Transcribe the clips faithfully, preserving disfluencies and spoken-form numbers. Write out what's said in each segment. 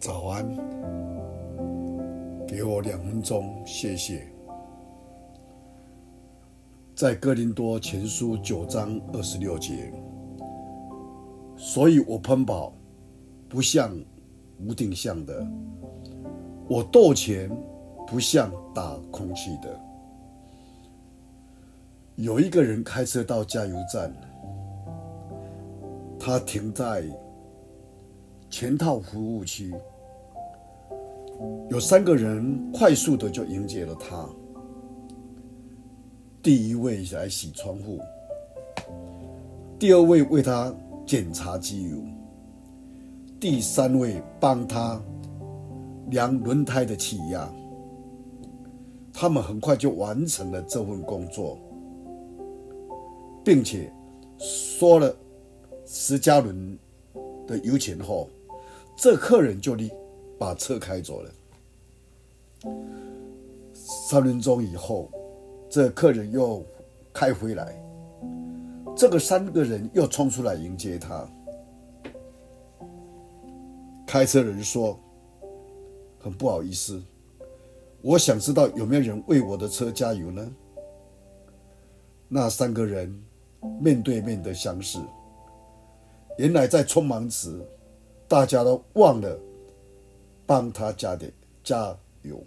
早安，给我两分钟，谢谢。在哥林多前书九章二十六节，所以我奔跑不像无定向的，我斗拳不像打空气的。有一个人开车到加油站，他停在全套服务区，有三个人快速的就迎接了他。第一位来洗窗户，第二位为他检查机油，第三位帮他量轮胎的气压。他们很快就完成了这份工作，并且说了十加仑的油钱后，这客人就把车开走了。三分钟以后，这客人又开回来，这个三个人又冲出来迎接他。开车人说：“很不好意思，我想知道有没有人为我的车加油呢？”那三个人面对面的相视，原来在匆忙时，大家都忘了帮他加点加油。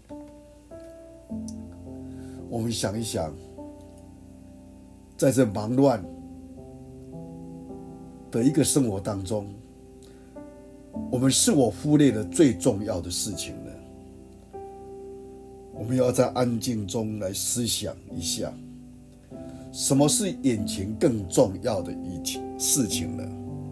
我们想一想，在这忙乱的一个生活当中，我们是否忽略了最重要的事情呢？我们要在安静中来思想一下，什么是眼前更重要的一事情呢？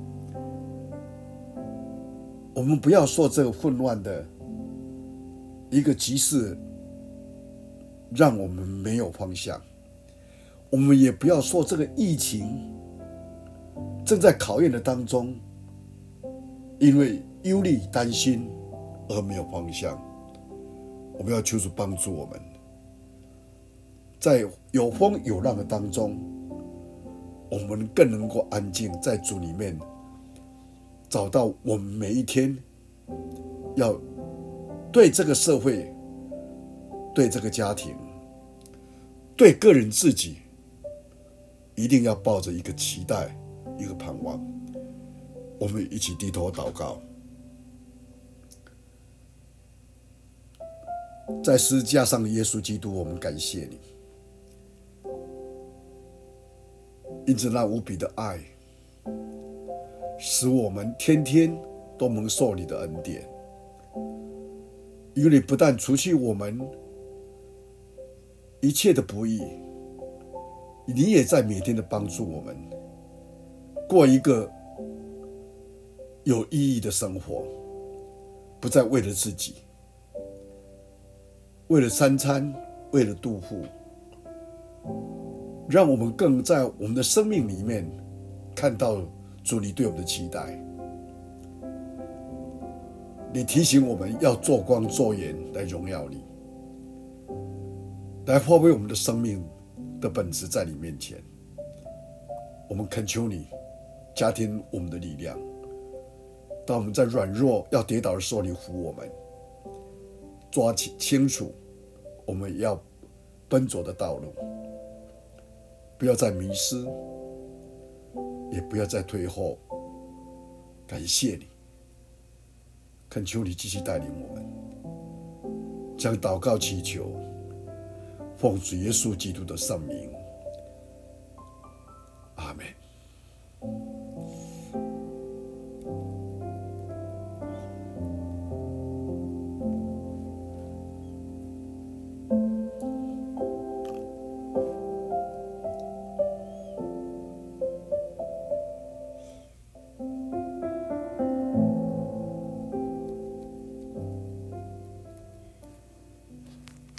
我们不要说这个混乱的一个局势让我们没有方向，我们也不要说这个疫情正在考验的当中，因为忧虑担心而没有方向。我们要求主帮助我们，在有风有浪的当中，我们更能够安静在主里面，找到我们每一天要对这个社会、对这个家庭、对个人自己，一定要抱着一个期待、一个盼望。我们一起低头祷告。在十字架上的耶稣基督，我们感谢你，因着那无比的爱，使我们天天都蒙受你的恩典。因为你不但除去我们一切的不义，你也在每天的帮助我们过一个有意义的生活，不再为了自己，为了三餐，为了肚腹，让我们更在我们的生命里面看到主你对我们的期待。你提醒我们要做光做盐来荣耀你，来发挥我们的生命的本质在你面前。我们恳求你加添我们的力量，当我们在软弱要跌倒的时候，你扶我们，抓清楚我们要奔走的道路，不要再迷失，也不要再退后。感谢你，恳求你继续带领我们，将祷告祈求奉主耶稣基督的圣名，阿们。